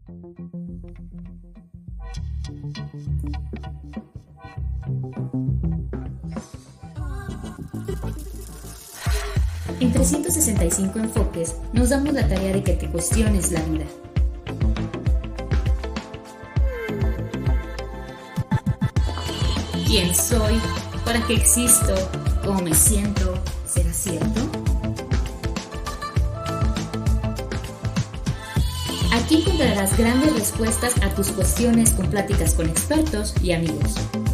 En 365 Enfoques nos damos la tarea de que te cuestiones la vida. ¿Quién soy? ¿Para qué existo? ¿Cómo me siento? ¿Será cierto? Aquí encontrarás grandes respuestas a tus cuestiones con pláticas con expertos y amigos.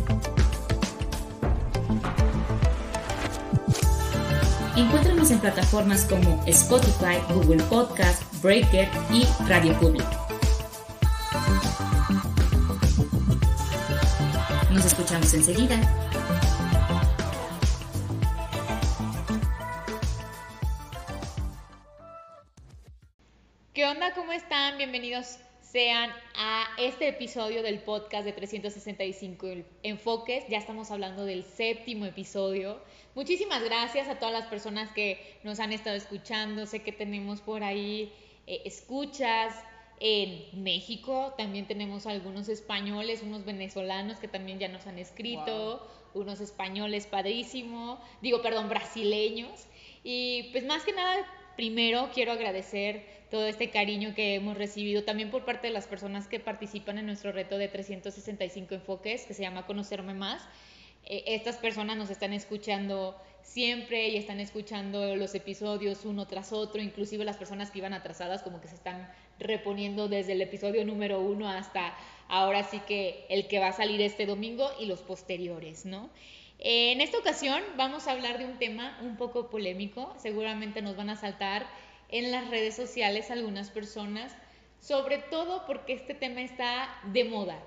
Encuéntranos en plataformas como Spotify, Google Podcast, Breaker y Radio Public. Nos escuchamos enseguida. ¿Qué onda? ¿Cómo están? Bienvenidos sean a este episodio del podcast de 365 Enfoques. Ya estamos hablando del 7º episodio. Muchísimas gracias a todas las personas que nos han estado escuchando. Sé que tenemos por ahí escuchas en México. También tenemos algunos españoles, unos venezolanos que también ya nos han escrito. Wow. Unos españoles brasileños. Y pues más que nada, primero quiero agradecer todo este cariño que hemos recibido también por parte de las personas que participan en nuestro reto de 365 enfoques, que se llama Conocerme Más. Estas personas nos están escuchando siempre y están escuchando los episodios uno tras otro, inclusive las personas que iban atrasadas como que se están reponiendo desde el episodio número 1 hasta ahora sí que el que va a salir este domingo y los posteriores, ¿no? En esta ocasión vamos a hablar de un tema un poco polémico, seguramente nos van a saltar en las redes sociales algunas personas, sobre todo porque este tema está de moda.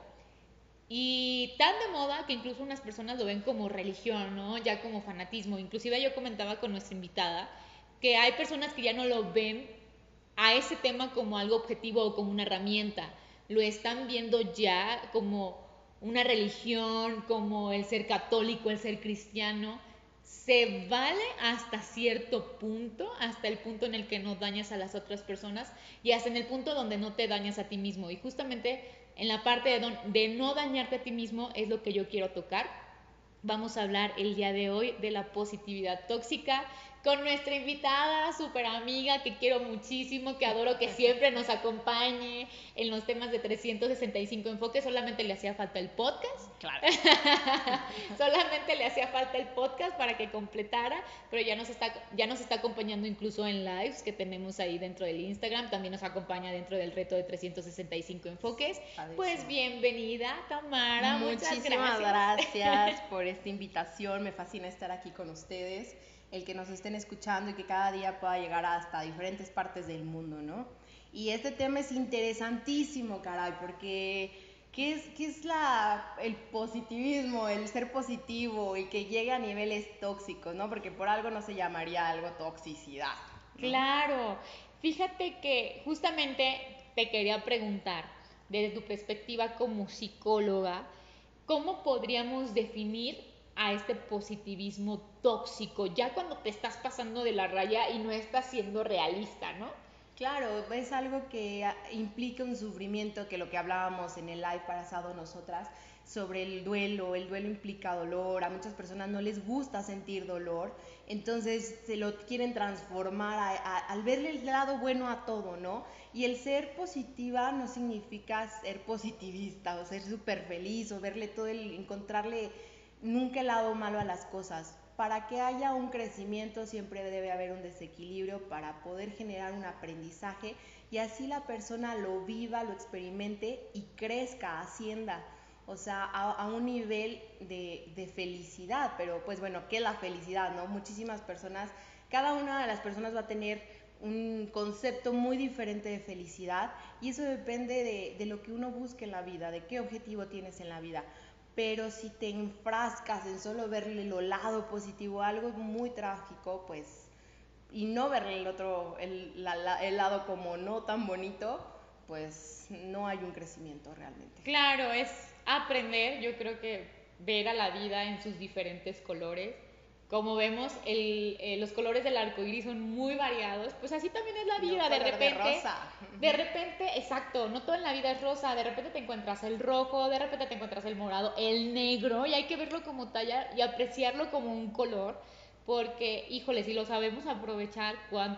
Y tan de moda que incluso unas personas lo ven como religión, ¿no? Ya como fanatismo. Inclusive yo comentaba con nuestra invitada que hay personas que ya no lo ven a ese tema como algo objetivo o como una herramienta. Lo están viendo ya como una religión, como el ser católico, el ser cristiano. Se vale hasta cierto punto, hasta el punto en el que no dañas a las otras personas y hasta en el punto donde no te dañas a ti mismo. Y justamente en la parte de no dañarte a ti mismo es lo que yo quiero tocar. Vamos a hablar el día de hoy de la positividad tóxica con nuestra invitada, súper amiga, que quiero muchísimo, que adoro que siempre nos acompañe en los temas de 365 enfoques. Solamente le hacía falta el podcast. Claro. Solamente le hacía falta el podcast para que completara, pero ya nos está acompañando incluso en lives que tenemos ahí dentro del Instagram. También nos acompaña dentro del reto de 365 enfoques. Pues bienvenida, Tamara. Muchísimas gracias por esta invitación. Me fascina estar aquí con ustedes, el que nos estén escuchando y que cada día pueda llegar hasta diferentes partes del mundo, ¿no? Y este tema es interesantísimo, caray, porque ¿qué es el positivismo, el ser positivo y que llegue a niveles tóxicos, ¿no? Porque por algo no se llamaría algo toxicidad, ¿no? Claro. Fíjate que justamente te quería preguntar, desde tu perspectiva como psicóloga, ¿cómo podríamos definir a este positivismo tóxico, ya cuando te estás pasando de la raya y no estás siendo realista, ¿no? Claro, es algo que implica un sufrimiento, que lo que hablábamos en el live pasado nosotras, sobre el duelo implica dolor, a muchas personas no les gusta sentir dolor, entonces se lo quieren transformar al verle el lado bueno a todo, ¿no? Y el ser positiva no significa ser positivista o ser súper feliz o verle encontrarle nunca el lado malo a las cosas. Para que haya un crecimiento siempre debe haber un desequilibrio para poder generar un aprendizaje y así la persona lo viva, lo experimente y crezca, ascienda, o sea, a un nivel de felicidad. Pero pues bueno, ¿qué es la felicidad, no? Muchísimas personas, cada una de las personas va a tener un concepto muy diferente de felicidad y eso depende de lo que uno busque en la vida, de qué objetivo tienes en la vida. Pero si te enfrascas en solo verle lo lado positivo a algo muy trágico, pues, y no verle el lado como no tan bonito, pues no hay un crecimiento realmente. Claro, es aprender, yo creo que ver a la vida en sus diferentes colores como vemos, los colores del arco iris son muy variados, pues así también es la vida. De repente, rosa. De repente, exacto, no todo en la vida es rosa. De repente te encuentras el rojo, de repente te encuentras el morado, el negro, y hay que verlo como talla y apreciarlo como un color, porque, híjole, si lo sabemos aprovechar,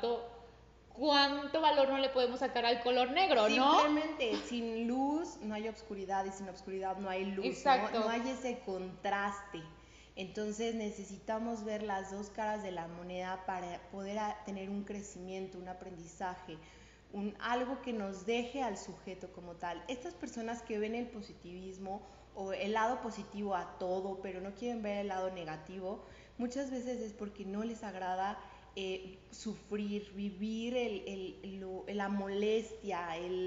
cuánto valor no le podemos sacar al color negro, ¿no? Simplemente, sin luz no hay obscuridad y sin obscuridad no hay luz, exacto. ¿no? No hay ese contraste. Entonces necesitamos ver las dos caras de la moneda para poder tener un crecimiento, un aprendizaje, algo que nos deje al sujeto como tal. Estas personas que ven el positivismo o el lado positivo a todo, pero no quieren ver el lado negativo, muchas veces es porque no les agrada sufrir, vivir la molestia,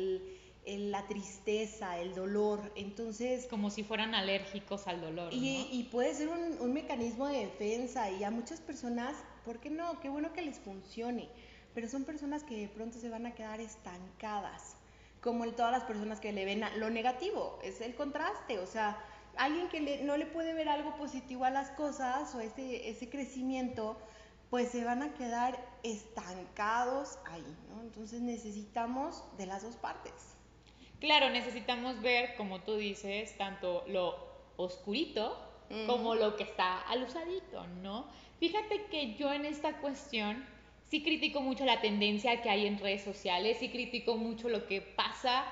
la tristeza, el dolor. Entonces, como si fueran alérgicos al dolor, ¿no? Y puede ser un mecanismo de defensa, y a muchas personas, ¿por qué no? Qué bueno que les funcione, pero son personas que de pronto se van a quedar estancadas, como todas las personas que le ven lo negativo, es el contraste. O sea, alguien que no le puede ver algo positivo a las cosas o ese crecimiento, pues se van a quedar estancados ahí, ¿no? Entonces necesitamos de las dos partes. Claro, necesitamos ver, como tú dices, tanto lo oscurito como lo que está alusadito, ¿no? Fíjate que yo en esta cuestión sí critico mucho la tendencia que hay en redes sociales, sí critico mucho lo que pasa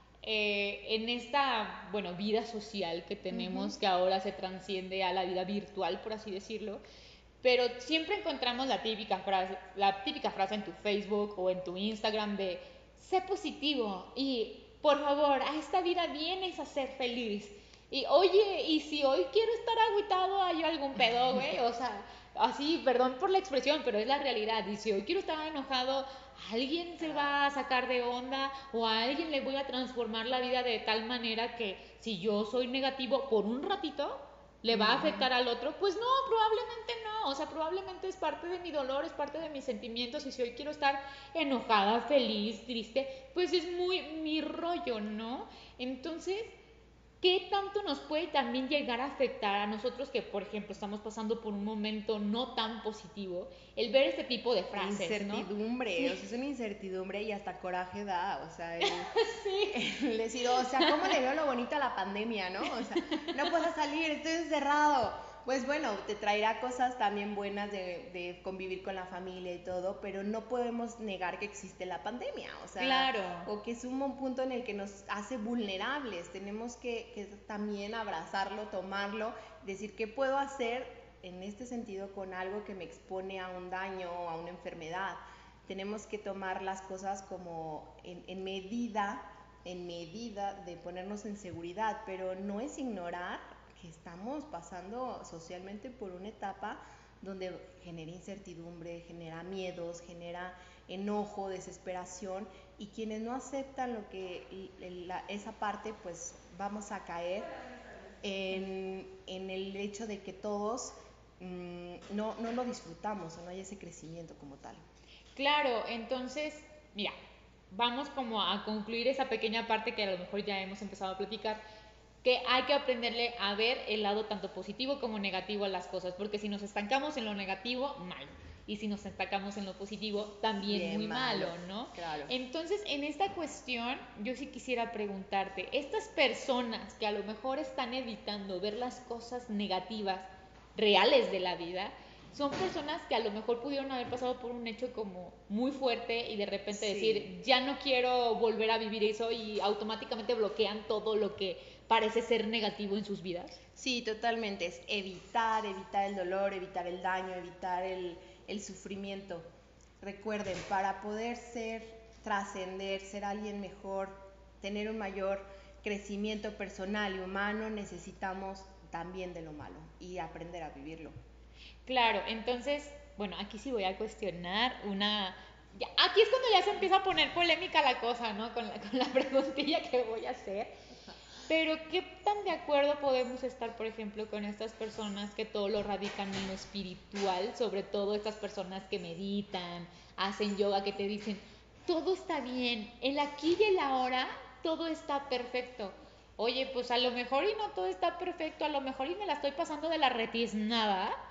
en esta, bueno, vida social que tenemos, que ahora se transciende a la vida virtual, por así decirlo. Pero siempre encontramos la típica frase en tu Facebook o en tu Instagram de sé positivo y por favor, a esta vida vienes a ser feliz. Y oye, y si hoy quiero estar agüitado, hay algún pedo, güey. O sea, así, perdón por la expresión, pero es la realidad. Y si hoy quiero estar enojado, alguien se va a sacar de onda o a alguien le voy a transformar la vida de tal manera que si yo soy negativo por un ratito, le va a afectar al otro. Pues no, probablemente no. O sea, probablemente es parte de mi dolor, es parte de mis sentimientos. Y si hoy quiero estar enojada, feliz, triste, pues es muy mi rollo, ¿no? Entonces, ¿qué tanto nos puede también llegar a afectar a nosotros que, por ejemplo, estamos pasando por un momento no tan positivo, el ver este tipo de frases, incertidumbre, ¿no? o sea, es una incertidumbre y hasta coraje da, o sea, sí. el decir, o sea, ¿cómo le veo lo bonito a la pandemia, no? O sea, no puedo salir, estoy encerrado. Pues bueno, te traerá cosas también buenas de convivir con la familia y todo, pero no podemos negar que existe la pandemia, o sea, claro. O que es un punto en el que nos hace vulnerables. Tenemos que también abrazarlo, tomarlo, decir qué puedo hacer en este sentido con algo que me expone a un daño o a una enfermedad. Tenemos que tomar las cosas como en medida de ponernos en seguridad, pero no es ignorar que estamos pasando socialmente por una etapa donde genera incertidumbre, genera miedos, genera enojo, desesperación, y quienes no aceptan esa parte, pues vamos a caer en el hecho de que todos no lo disfrutamos o no hay ese crecimiento como tal. Claro, entonces, mira, vamos como a concluir esa pequeña parte que a lo mejor ya hemos empezado a platicar, que hay que aprenderle a ver el lado tanto positivo como negativo a las cosas, porque si nos estancamos en lo negativo, mal. Y si nos estancamos en lo positivo, también bien muy malo, ¿no? Claro. Entonces, en esta cuestión, yo sí quisiera preguntarte, estas personas que a lo mejor están evitando ver las cosas negativas reales de la vida, son personas que a lo mejor pudieron haber pasado por un hecho como muy fuerte y de repente decir, ya no quiero volver a vivir eso, y automáticamente bloquean todo lo que parece ser negativo en sus vidas. Sí, totalmente. Es evitar el dolor, evitar el daño, evitar el sufrimiento. Recuerden, para poder trascender, ser alguien mejor, tener un mayor crecimiento personal y humano, necesitamos también de lo malo y aprender a vivirlo. Claro, entonces, bueno, aquí sí voy a cuestionar aquí es cuando ya se empieza a poner polémica la cosa, ¿no? Con la preguntilla que voy a hacer. Pero ¿qué tan de acuerdo podemos estar, por ejemplo, con estas personas que todo lo radican en lo espiritual? Sobre todo estas personas que meditan, hacen yoga, que te dicen, todo está bien, el aquí y el ahora, todo está perfecto. Oye, pues a lo mejor y no todo está perfecto, a lo mejor y me la estoy pasando de la retiznada,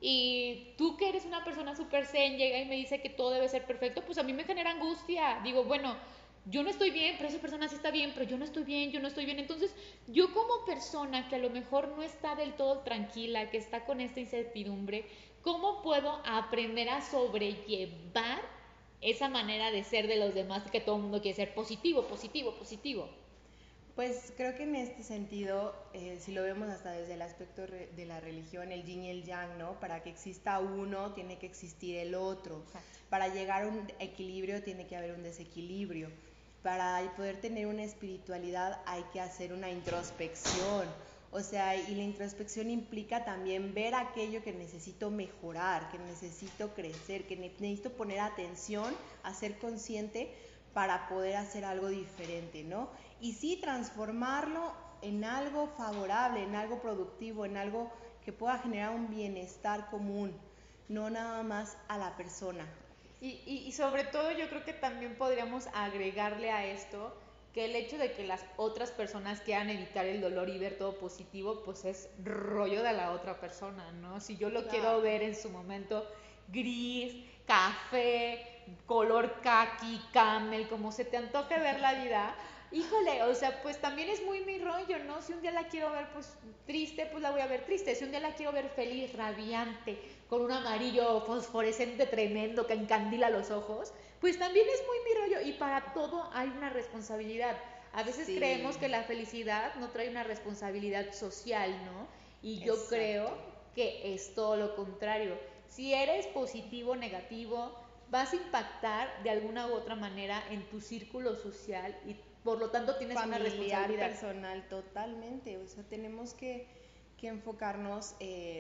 y tú que eres una persona súper zen, llega y me dice que todo debe ser perfecto, pues a mí me genera angustia. Digo, bueno, yo no estoy bien, pero esa persona sí está bien, pero yo no estoy bien, yo no estoy bien. Entonces, yo como persona que a lo mejor no está del todo tranquila, que está con esta incertidumbre, ¿cómo puedo aprender a sobrellevar esa manera de ser de los demás, que todo el mundo quiere ser positivo, positivo, positivo? Pues creo que en este sentido, si lo vemos hasta desde el aspecto de la religión, el yin y el yang, ¿no? Para que exista uno, tiene que existir el otro. Exacto. Para llegar a un equilibrio, tiene que haber un desequilibrio. Para poder tener una espiritualidad, hay que hacer una introspección. O sea, y la introspección implica también ver aquello que necesito mejorar, que necesito crecer, que necesito poner atención, a ser consciente para poder hacer algo diferente, ¿no? Y sí transformarlo en algo favorable, en algo productivo, en algo que pueda generar un bienestar común, no nada más a la persona. Y sobre todo yo creo que también podríamos agregarle a esto que el hecho de que las otras personas quieran evitar el dolor y ver todo positivo, pues es rollo de la otra persona, ¿no? Si yo lo quiero ver en su momento gris, café, color kaki, camel, como se te antoje ver la vida, híjole, o sea, pues también es muy mi rollo, ¿no? Si un día la quiero ver pues triste, pues la voy a ver triste. Si un día la quiero ver feliz, radiante, con un amarillo fosforescente tremendo que encandila los ojos, pues también es muy mi rollo. Y para todo hay una responsabilidad. A veces Sí, creemos que la felicidad no trae una responsabilidad social, ¿no? Y yo creo exacto. que es todo lo contrario. Si eres positivo o negativo, vas a impactar de alguna u otra manera en tu círculo social y por lo tanto tienes una Familiar, responsabilidad. personal, totalmente. O sea, tenemos que enfocarnos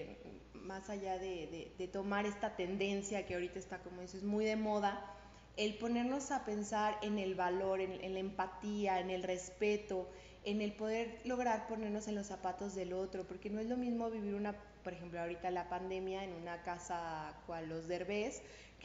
más allá de tomar esta tendencia que ahorita está, como dices, muy de moda, el ponernos a pensar en el valor, en la empatía, en el respeto, en el poder lograr ponernos en los zapatos del otro, porque no es lo mismo vivir una, por ejemplo, ahorita la pandemia en una casa cual los Derbez,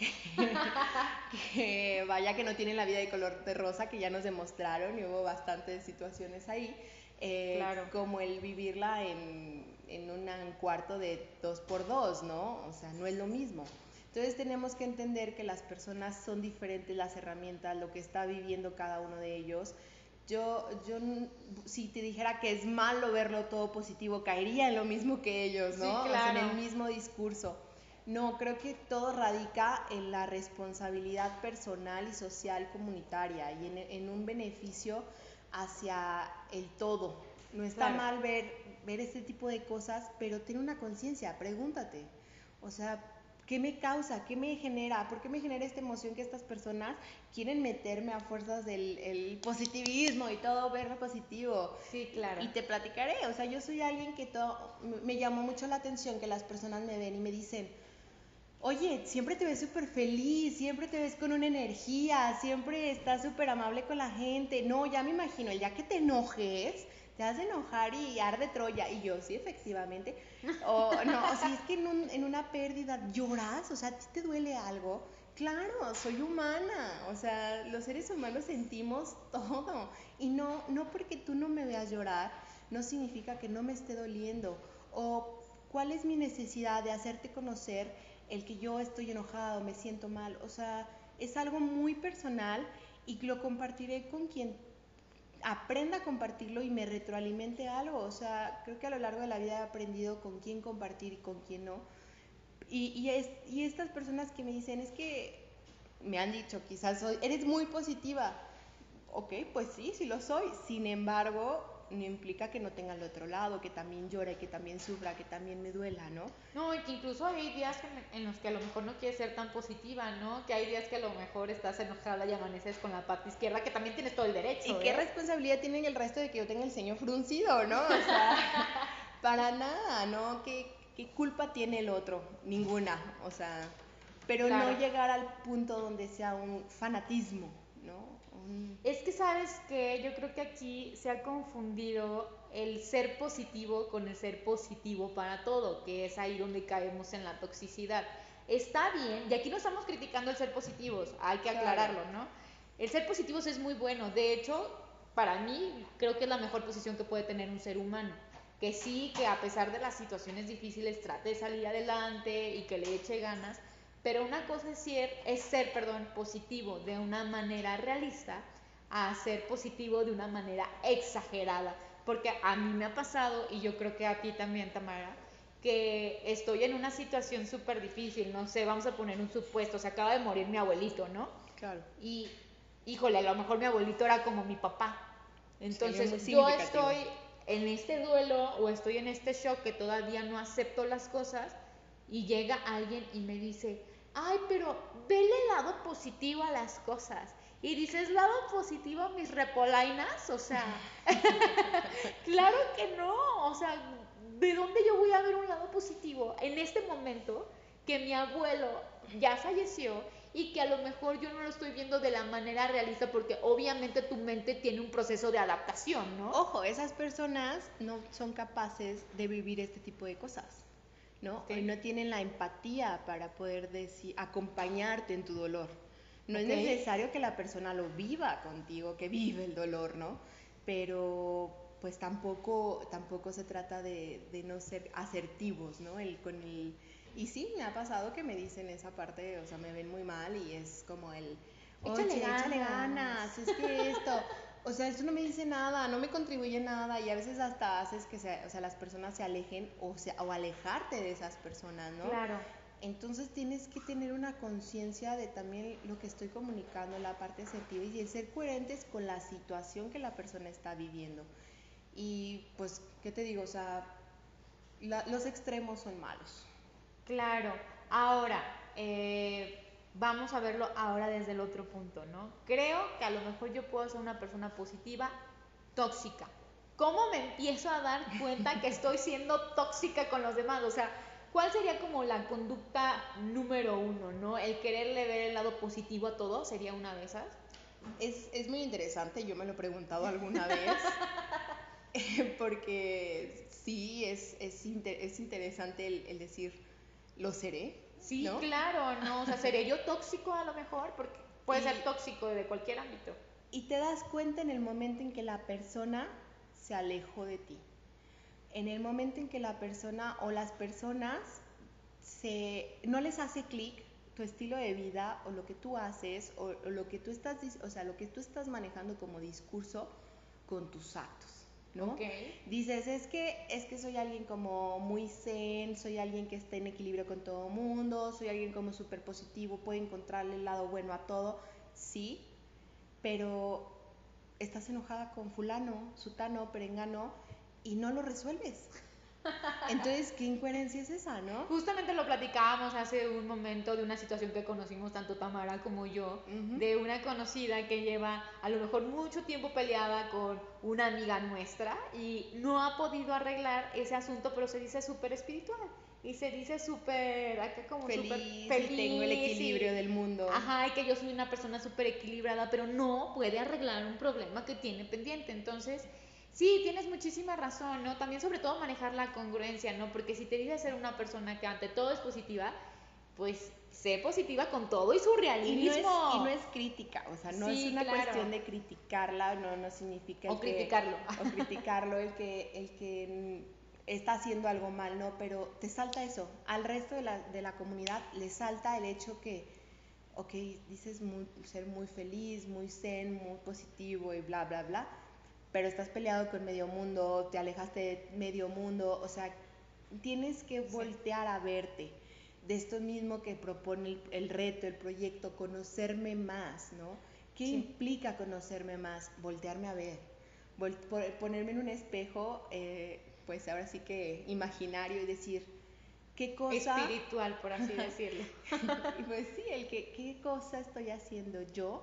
que vaya que no tienen la vida de color de rosa, que ya nos demostraron y hubo bastantes situaciones ahí, Claro. como el vivirla en un cuarto de 2x2, ¿no? O sea, no es lo mismo. Entonces tenemos que entender que las personas son diferentes, las herramientas, lo que está viviendo cada uno de ellos. Yo si te dijera que es malo verlo todo positivo, caería en lo mismo que ellos, ¿no? Sí, O sea, en claro. el mismo discurso. No, creo que todo radica en la responsabilidad personal y social comunitaria y en un beneficio hacia el todo. No está Claro. mal ver este tipo de cosas, pero ten una conciencia, pregúntate. O sea, ¿qué me causa? ¿Qué me genera? ¿Por qué me genera esta emoción que estas personas quieren meterme a fuerzas del el positivismo y todo verlo positivo? Sí, claro. Y te platicaré, o sea, yo soy alguien que me llamó mucho la atención que las personas me ven y me dicen, oye, siempre te ves súper feliz, siempre te ves con una energía, siempre estás súper amable con la gente. No, ya me imagino, el día que te enojes, te has de enojar y arde Troya. Y yo, sí, efectivamente. O no, o si es que en una pérdida lloras, o sea, ¿a ti te duele algo? Claro, soy humana, o sea, los seres humanos sentimos todo. Y no porque tú no me veas llorar, no significa que no me esté doliendo. O cuál es mi necesidad de hacerte conocer el que yo estoy enojado, me siento mal, o sea, es algo muy personal y lo compartiré con quien aprenda a compartirlo y me retroalimente algo, o sea, creo que a lo largo de la vida he aprendido con quién compartir y con quién no. Y estas personas que me dicen, es que me han dicho, quizás eres muy positiva. Ok, pues sí, sí lo soy. Sin embargo, no implica que no tenga el otro lado, que también llore, que también sufra, que también me duela, ¿no? No, y que incluso hay días en los que a lo mejor no quieres ser tan positiva, ¿no? Que hay días que a lo mejor estás enojada y amaneces con la parte izquierda, que también tienes todo el ¿Y derecho, qué ¿eh? responsabilidad tienen el resto de que yo tenga el ceño fruncido, no? O sea, para nada, ¿no? ¿Qué culpa tiene el otro? Ninguna, o sea, pero no Claro. llegar al punto donde sea un fanatismo, ¿no? Es que sabes que yo creo que aquí se ha confundido el ser positivo con el ser positivo para todo, que es ahí donde caemos en la toxicidad. Está bien, y aquí no estamos criticando el ser positivos, hay que Claro, aclararlo, ¿no? El ser positivos es muy bueno, de hecho, para mí creo que es la mejor posición que puede tener un ser humano. que sí, que a pesar de las situaciones difíciles trate de salir adelante y que le eche ganas, pero una cosa es ser, positivo de una manera realista a ser positivo de una manera exagerada, porque a mí me ha pasado, y yo creo que a ti también, Tamara, que estoy en una situación súper difícil, no sé, vamos a poner un supuesto, se acaba de morir mi abuelito, ¿no? Claro. Y, híjole, a lo mejor mi abuelito era como mi papá. Entonces, Sí, yo estoy en este duelo o estoy en este shock que todavía no acepto las cosas y llega alguien y me dice, ay, pero vele el lado positivo a las cosas. Y dices, lado positivo a mis repolainas, o sea, claro que no, o sea, ¿de dónde yo voy a ver un lado positivo en este momento que mi abuelo ya falleció y que a lo mejor yo no lo estoy viendo de la manera realista porque obviamente tu mente tiene un proceso de adaptación, ¿no? Ojo, esas personas no son capaces de vivir este tipo de cosas, ¿no? Sí. No tienen la empatía para poder acompañarte en tu dolor. No es Ok. necesario que la persona lo viva contigo, que vive el dolor, ¿no? Pero pues tampoco se trata de no ser asertivos, ¿no? Y sí, me ha pasado que me dicen esa parte, o sea, me ven muy mal y es como Échale oye, échale ganas. ganas, es que esto, o sea, esto no me dice nada, no me contribuye nada y a veces hasta haces que las personas se alejen o alejarte de esas personas, ¿no? Claro. Entonces tienes que tener una conciencia de también lo que estoy comunicando, la parte asertiva y de ser coherentes con la situación que la persona está viviendo. Y pues, ¿qué te digo? O sea, los extremos son malos. Claro. Ahora, vamos a verlo ahora desde el otro punto, ¿no? Creo que a lo mejor yo puedo ser una persona positiva, tóxica. ¿Cómo me empiezo a dar cuenta que estoy siendo tóxica con los demás? O sea, ¿cuál sería como la conducta número uno, ¿no? El quererle ver el lado positivo a todo sería una de esas. Es muy interesante, yo me lo he preguntado alguna vez, porque sí, es interesante el decir, lo seré, Sí, ¿no? claro, no, o sea, seré yo tóxico a lo mejor, porque puede ser Y, tóxico de cualquier ámbito. y te das cuenta en el momento en que la persona se alejó de ti, en el momento en que la persona o las personas no les hace clic tu estilo de vida o lo que tú haces o lo que tú estás, o sea, lo que tú estás manejando como discurso con tus actos, ¿no? Ok. Dices, es que soy alguien como muy zen, soy alguien que está en equilibrio con todo el mundo, soy alguien como súper positivo, puede encontrarle el lado bueno a todo, sí, pero estás enojada con fulano, sutano, perengano y no lo resuelves. Entonces, ¿qué incoherencia es esa, no? Justamente lo platicábamos hace un momento de una situación que conocimos tanto Tamara como yo, Uh-huh. de una conocida que lleva a lo mejor mucho tiempo peleada con una amiga nuestra y no ha podido arreglar ese asunto, pero se dice súper espiritual y se dice súper, acá como súper Feliz y tengo el feliz equilibrio y, del mundo. ajá, y que yo soy una persona súper equilibrada, pero no puede arreglar un problema que tiene pendiente. Entonces, sí, tienes muchísima razón, ¿no? También sobre todo manejar la congruencia, ¿no? Porque si te dices ser una persona que ante todo es positiva, pues sé positiva con todo y su Y no realismo. es crítica, o sea, no es Sí, una claro. cuestión de criticarla, no significa O criticarlo. o criticarlo el que está haciendo algo mal, no, pero te salta eso. Al resto de la comunidad le salta el hecho que, ok, dices ser muy feliz, muy zen, muy positivo y bla, bla, bla, pero estás peleado con medio mundo, te alejaste de medio mundo, o sea, tienes que voltear a verte. De esto mismo que propone el reto, el proyecto, conocerme más, ¿no? ¿Qué Sí. implica conocerme más? Voltearme a ver, ponerme en un espejo, pues ahora sí que imaginario y decir, ¿qué cosa? Espiritual, por así decirlo. Y pues sí, ¿qué cosa estoy haciendo yo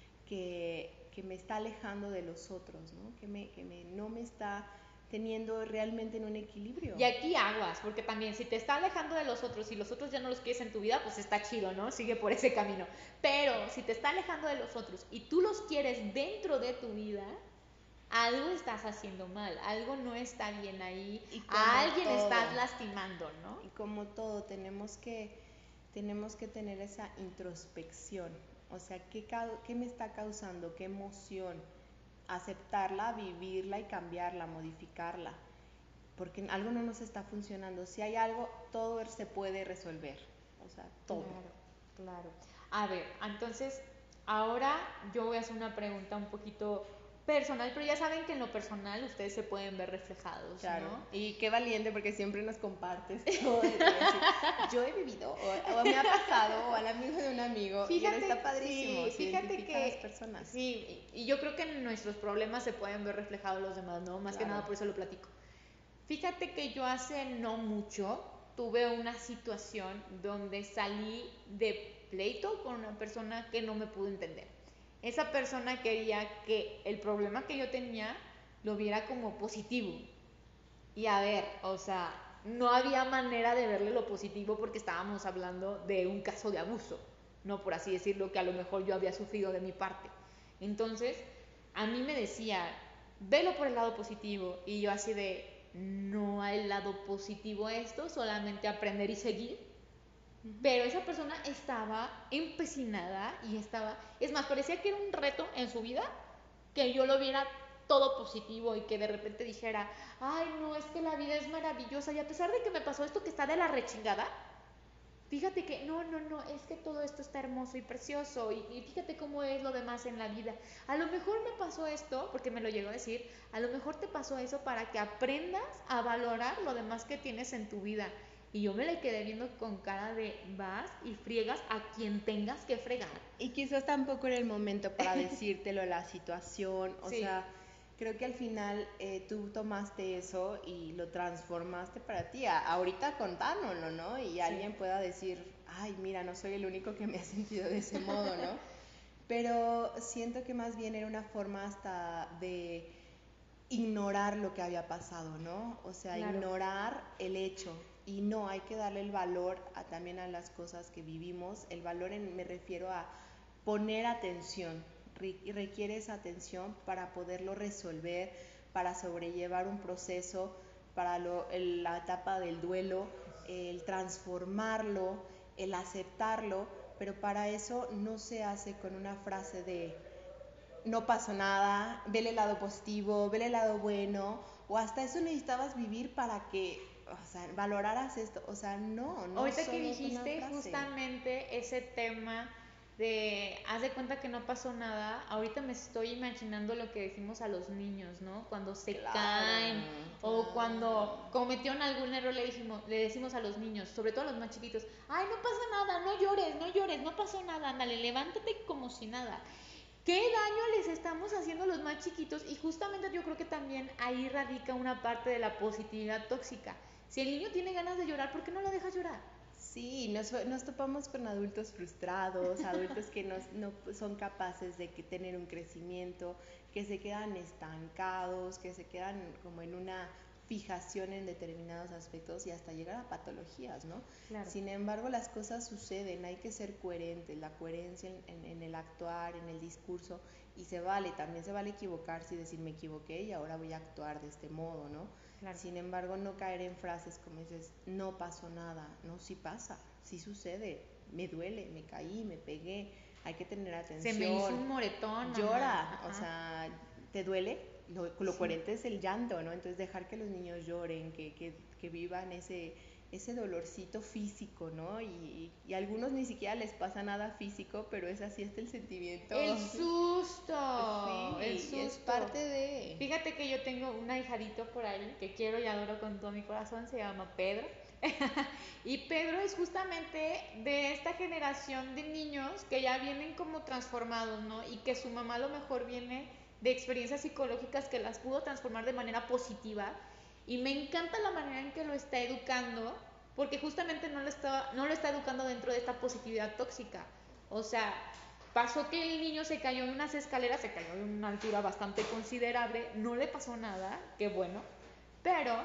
que me está alejando de los otros, ¿no? No me está teniendo realmente en un equilibrio. Y aquí aguas, porque también si te está alejando de los otros y los otros ya no los quieres en tu vida, pues está chido, ¿no? Sigue por ese camino. Pero si te está alejando de los otros y tú los quieres dentro de tu vida, algo estás haciendo mal, algo no está bien ahí, Y como a alguien todo, estás lastimando, ¿no? y como todo, tenemos que tener esa introspección. O sea, ¿qué me está causando? ¿Qué emoción? Aceptarla, vivirla y cambiarla, modificarla. porque algo no nos está funcionando. Si hay algo, todo se puede resolver, o sea, todo. Claro. A ver, entonces, ahora yo voy a hacer una pregunta un poquito personal, pero ya saben que en lo personal ustedes se pueden ver reflejados, Claro. ¿no? Y qué valiente, porque siempre nos compartes todo de decir, yo he vivido, o me ha pasado, o al amigo de un amigo, y está padrísimo, sí, fíjate que, a las personas. Sí, y yo creo que en nuestros problemas se pueden ver reflejados los demás, ¿no? Más que nada por eso lo platico. Fíjate que yo hace no mucho tuve una situación donde salí de pleito con una persona que no me pudo entender. Esa persona quería que el problema que yo tenía lo viera como positivo. Y a ver, o sea, no había manera de verle lo positivo porque estábamos hablando de un caso de abuso, no por así decirlo, que a lo mejor yo había sufrido de mi parte. Entonces, a mí me decía, velo por el lado positivo, y yo así de, no hay lado positivo a esto, solamente aprender y seguir. Pero esa persona estaba empecinada y es más, parecía que era un reto en su vida que yo lo viera todo positivo y que de repente dijera, ay, no, es que la vida es maravillosa y a pesar de que me pasó esto que está de la rechingada, fíjate que no, es que todo esto está hermoso y precioso y fíjate cómo es lo demás en la vida. A lo mejor me pasó esto, porque me lo llegó a decir, a lo mejor te pasó eso para que aprendas a valorar lo demás que tienes en tu vida. Y yo me le quedé viendo con cara de vas y friegas a quien tengas que fregar. Y quizás tampoco era el momento para decírtelo, la situación, o sea, creo que al final tú tomaste eso y lo transformaste para ti. Ahorita contándolo, ¿no? Y alguien pueda decir, ay, mira, no soy el único que me ha sentido de ese modo, ¿no? Pero siento que más bien era una forma hasta de ignorar lo que había pasado, ¿no? O sea, ignorar el hecho. Y no, hay que darle el valor también a las cosas que vivimos. El valor me refiero a poner atención. Requiere esa atención para poderlo resolver, para sobrellevar un proceso, para la etapa del duelo, el transformarlo, el aceptarlo, pero para eso no se hace con una frase de no pasó nada, vele el lado positivo, vele el lado bueno, o hasta eso necesitabas vivir para que, o sea, valoraras esto, o sea, no. Ahorita que dijiste justamente ese tema de haz de cuenta que no pasó nada, ahorita me estoy imaginando lo que decimos a los niños, ¿no? Cuando se caen o cuando cometieron algún error le decimos a los niños, sobre todo a los más chiquitos, ay, no pasa nada, no llores, no pasó nada, ándale, levántate como si nada. ¿Qué daño les estamos haciendo a los más chiquitos? Y justamente yo creo que también ahí radica una parte de la positividad tóxica. Si el niño tiene ganas de llorar, ¿por qué no lo dejas llorar? Sí, nos topamos con adultos frustrados, adultos que no son capaces de tener un crecimiento, que se quedan estancados, que se quedan como en una fijación en determinados aspectos y hasta llegar a patologías, ¿no? Claro. Sin embargo, las cosas suceden, hay que ser coherentes, la coherencia en el actuar, en el discurso, y también se vale equivocarse y decir me equivoqué y ahora voy a actuar de este modo, ¿no? Claro. Sin embargo, no caer en frases como dices, no pasó nada, no, sí pasa, sí sucede, me duele, me caí, me pegué, hay que tener atención. Se me hizo un moretón. Llora, o sea, ¿te duele? Lo coherente es el llanto, ¿no? Entonces dejar que los niños lloren, que vivan ese dolorcito físico, ¿no? Y a algunos ni siquiera les pasa nada físico, pero es así, el sentimiento. El susto. Sí, el susto. es parte de... Fíjate que yo tengo un ahijadito por ahí que quiero y adoro con todo mi corazón, se llama Pedro. Y Pedro es justamente de esta generación de niños que ya vienen como transformados, ¿no? Y que su mamá a lo mejor viene de experiencias psicológicas que las pudo transformar de manera positiva. Y me encanta la manera en que lo está educando, porque justamente no lo está educando dentro de esta positividad tóxica. O sea, pasó que el niño se cayó en unas escaleras, se cayó de una altura bastante considerable, no le pasó nada, qué bueno, pero,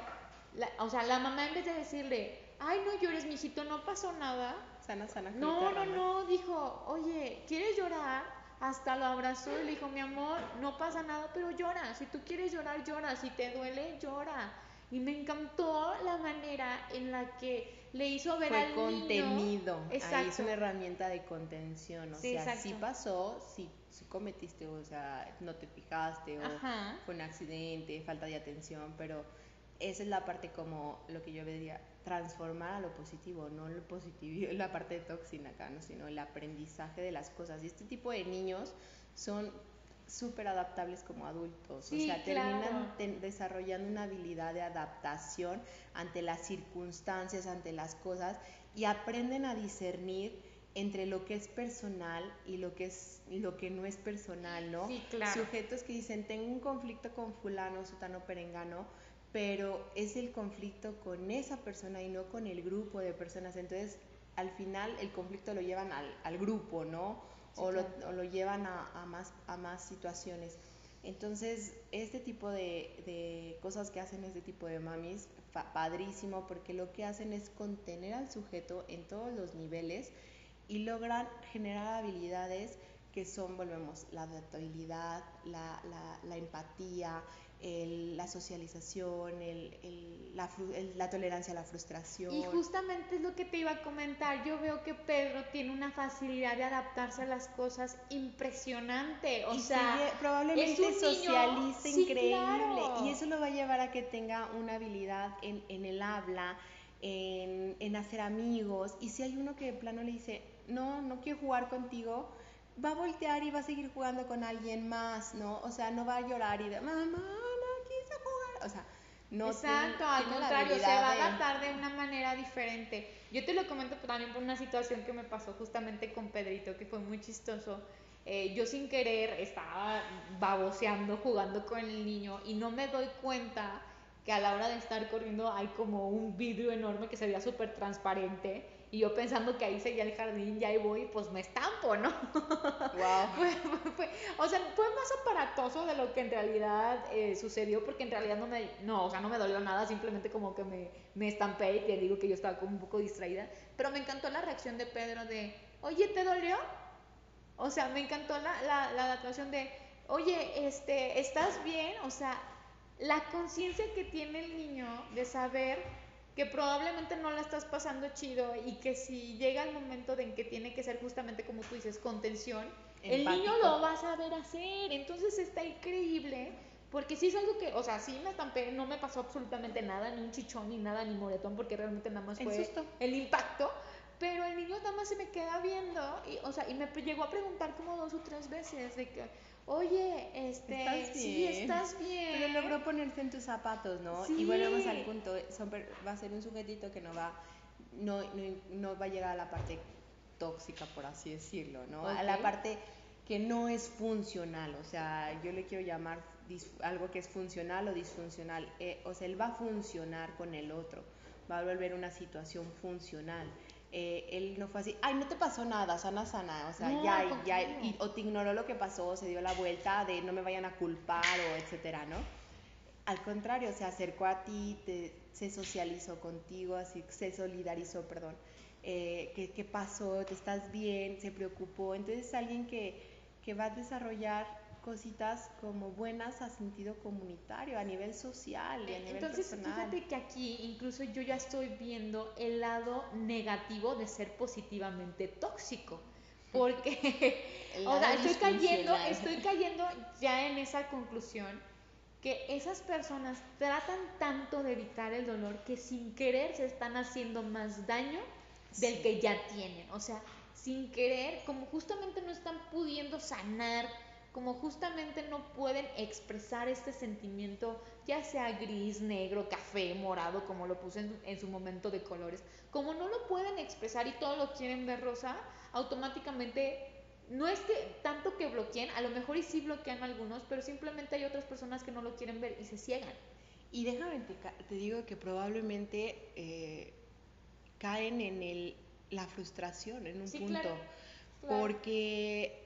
la mamá en vez de decirle, ay, no llores, mijito, no pasó nada, sana, no, dijo, oye, ¿quieres llorar? Hasta lo abrazó y le dijo, mi amor, no pasa nada, pero llora, si tú quieres llorar, llora, si te duele, llora. Y me encantó la manera en la que le hizo ver al contenido. Niño. Exacto. Ahí es una herramienta de contención, o sea, exacto. sí pasó, sí cometiste, o sea, no te fijaste, o fue un accidente, falta de atención, pero esa es la parte como lo que yo diría, transformar a lo positivo, no lo positivo, la parte tóxica acá, ¿no? Sino el aprendizaje de las cosas. Y este tipo de niños son súper adaptables como adultos, Sí, o sea, claro. terminan desarrollando una habilidad de adaptación ante las circunstancias, ante las cosas, y aprenden a discernir entre lo que es personal y lo que no es personal, ¿no? Sí, claro. Sujetos que dicen, tengo un conflicto con fulano, sutano, perengano, pero es el conflicto con esa persona y no con el grupo de personas. Entonces, al final el conflicto lo llevan al grupo, ¿no? Sí, O, claro. lo llevan a más situaciones. Entonces, este tipo de cosas que hacen este tipo de mamis, padrísimo, porque lo que hacen es contener al sujeto en todos los niveles y logran generar habilidades que son, volvemos, la adaptabilidad, la empatía, la socialización, la tolerancia a la frustración. Y justamente es lo que te iba a comentar. Yo veo que Pedro tiene una facilidad de adaptarse a las cosas impresionante. O sea, probablemente es un socializa niño, sí, increíble. claro. Y eso lo va a llevar a que tenga una habilidad en el habla, en hacer amigos. Y si hay uno que de plano le dice, no quiero jugar contigo, va a voltear y va a seguir jugando con alguien más, ¿no? O sea, no va a llorar y de, mamá, no quise jugar. O sea, no Exacto, al tiene la contrario, se habilidad va a de... adaptar de una manera diferente. Yo te lo comento también por una situación que me pasó justamente con Pedrito, que fue muy chistoso. Yo sin querer estaba baboseando, jugando con el niño y no me doy cuenta que a la hora de estar corriendo hay como un vidrio enorme que se veía súper transparente y yo pensando que ahí seguía el jardín, ya ahí voy, pues me estampo, ¿no? Wow. O sea, fue más aparatoso de lo que en realidad sucedió, porque en realidad no me dolió nada, simplemente como que me estampé y te digo que yo estaba como un poco distraída, pero me encantó la reacción de Pedro de, oye, ¿te dolió? O sea, me encantó la adaptación de, oye, ¿estás bien? O sea, la conciencia que tiene el niño de saber que probablemente no la estás pasando chido y que si llega el momento de en que tiene que ser justamente como tú dices, contención, el niño Empático. lo va a saber hacer. Entonces está increíble porque sí es algo que, o sea, sí me estampé, no me pasó absolutamente nada, ni un chichón, ni nada, ni moretón, porque realmente nada más El fue susto. el impacto. Pero el niño nada más se me queda viendo y, o sea, y me llegó a preguntar como 2 o 3 veces de que, oye, Estás sí, bien. estás Pero bien. logró ponerse en tus zapatos, ¿no? Y volvemos al Sí, punto, va a ser un sujetito que no va a llegar a la parte tóxica, por así decirlo, ¿no? A ok. la parte que no es funcional, o sea, yo le quiero llamar algo que es funcional o disfuncional. O sea, él va a funcionar con el otro, va a volver una situación funcional. Él no fue así, ay, no te pasó nada, sana, sana, o sea, No, al ya, contrario. o te ignoró lo que pasó, se dio la vuelta de no me vayan a culpar o etcétera, ¿no? Al contrario, se acercó a ti, se socializó contigo, así, se solidarizó, perdón. ¿Qué pasó? ¿Te estás bien? Se preocupó. Entonces es alguien que va a desarrollar cositas como buenas a sentido comunitario, a nivel social y a nivel Entonces, personal. fíjate que aquí incluso yo ya estoy viendo el lado negativo de ser positivamente tóxico. Porque, El o sea, lado disfuncional. estoy cayendo ya en esa conclusión que esas personas tratan tanto de evitar el dolor que sin querer se están haciendo más daño del Sí. que ya tienen. O sea, sin querer, como justamente no están pudiendo sanar, como justamente no pueden expresar este sentimiento, ya sea gris, negro, café, morado, como lo puse en su momento de colores, como no lo pueden expresar y todo lo quieren ver rosa, automáticamente no es que tanto que bloqueen, a lo mejor y sí bloquean algunos, pero simplemente hay otras personas que no lo quieren ver y se ciegan. Y déjame te digo que probablemente caen en la frustración en un Sí, claro, punto, claro. porque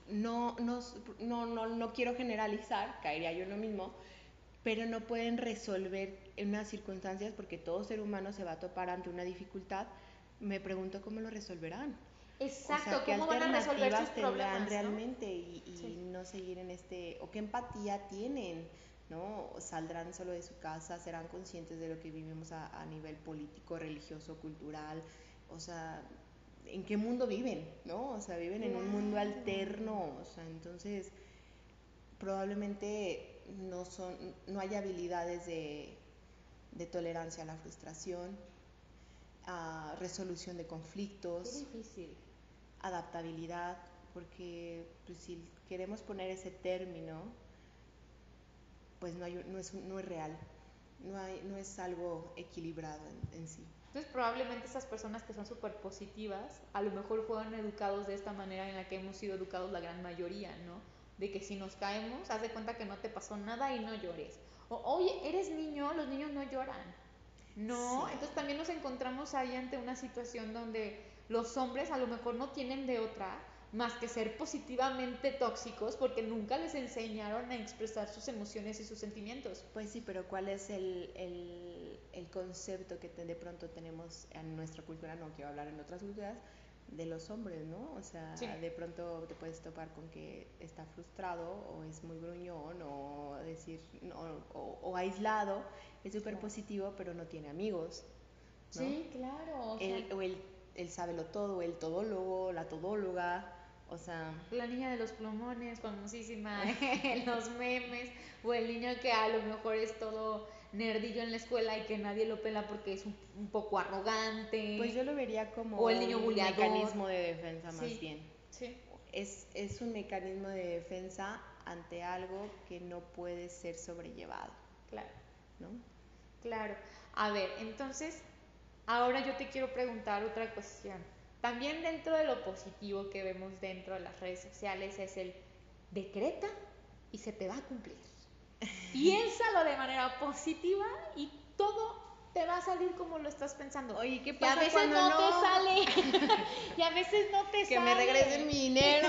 no quiero generalizar, caería yo en lo mismo, pero no pueden resolver en unas circunstancias porque todo ser humano se va a topar ante una dificultad. Me pregunto cómo lo resolverán. O Exacto, sea, ¿qué cómo van a resolver sus alternativas tendrán problemas, ¿no? realmente Sí. y no seguir en o qué empatía tienen, ¿no? ¿Saldrán solo de su casa? ¿Serán conscientes de lo que vivimos a nivel político, religioso, cultural? O sea, ¿en qué mundo viven, no? O sea, viven en un mundo Claro. alterno, o sea, entonces probablemente no hay habilidades de tolerancia a la frustración, resolución de conflictos. Qué difícil. Adaptabilidad, porque pues, si queremos poner ese término, pues no es real, no es algo equilibrado en sí. Entonces probablemente esas personas que son súper positivas, a lo mejor fueron educados de esta manera en la que hemos sido educados la gran mayoría, ¿no? De que si nos caemos, haz de cuenta que no te pasó nada y no llores. O, oye, eres niño, los niños no lloran. No, Sí. entonces también nos encontramos ahí ante una situación donde los hombres a lo mejor no tienen de otra más que ser positivamente tóxicos porque nunca les enseñaron a expresar sus emociones y sus sentimientos. Pues sí, pero ¿cuál es el concepto que de pronto tenemos en nuestra cultura? No quiero hablar en otras culturas, de los hombres, ¿no? O sea, Sí. de pronto te puedes topar con que está frustrado o es muy gruñón o decir, o aislado, es súper Claro. positivo, pero no tiene amigos, ¿no? Sí, claro. O sea, Él sabe lo todo, el todólogo, la todóloga, o sea... la niña de los plumones, famosísima en los memes, o el niño que a lo mejor es todo nerdillo en la escuela y que nadie lo pela porque es un poco arrogante. Pues yo lo vería como o el niño un buleador. mecanismo de defensa más Sí, bien. sí, Es un mecanismo de defensa ante algo que no puede ser sobrellevado, claro, ¿no? claro. A ver, entonces, ahora yo te quiero preguntar otra cuestión. También dentro de lo positivo que vemos dentro de las redes sociales es el decreta y se te va a cumplir. Piénsalo de manera positiva y todo te va a salir como lo estás pensando. Oye, ¿qué Y a pasa veces cuando no no? te sale. Y a veces no te Que sale. me regresen mi dinero,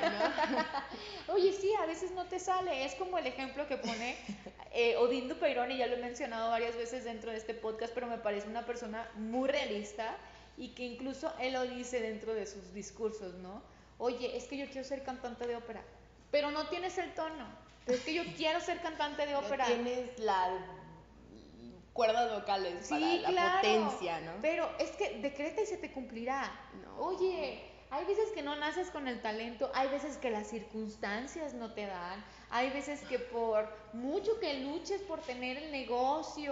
¿no? Oye, sí, a veces no te sale. Es como el ejemplo que pone Odindo Peirón, y ya lo he mencionado varias veces dentro de este podcast, pero me parece una persona muy realista y que incluso él lo dice dentro de sus discursos, ¿no? Oye, es que yo quiero ser cantante de ópera, pero no tienes el tono. Pero es que yo quiero ser cantante de ópera. No tienes las cuerdas vocales para Sí, la claro, potencia, ¿no? pero es que decreta y se te cumplirá. No. Oye, hay veces que no naces con el talento, hay veces que las circunstancias no te dan, hay veces que por mucho que luches por tener el negocio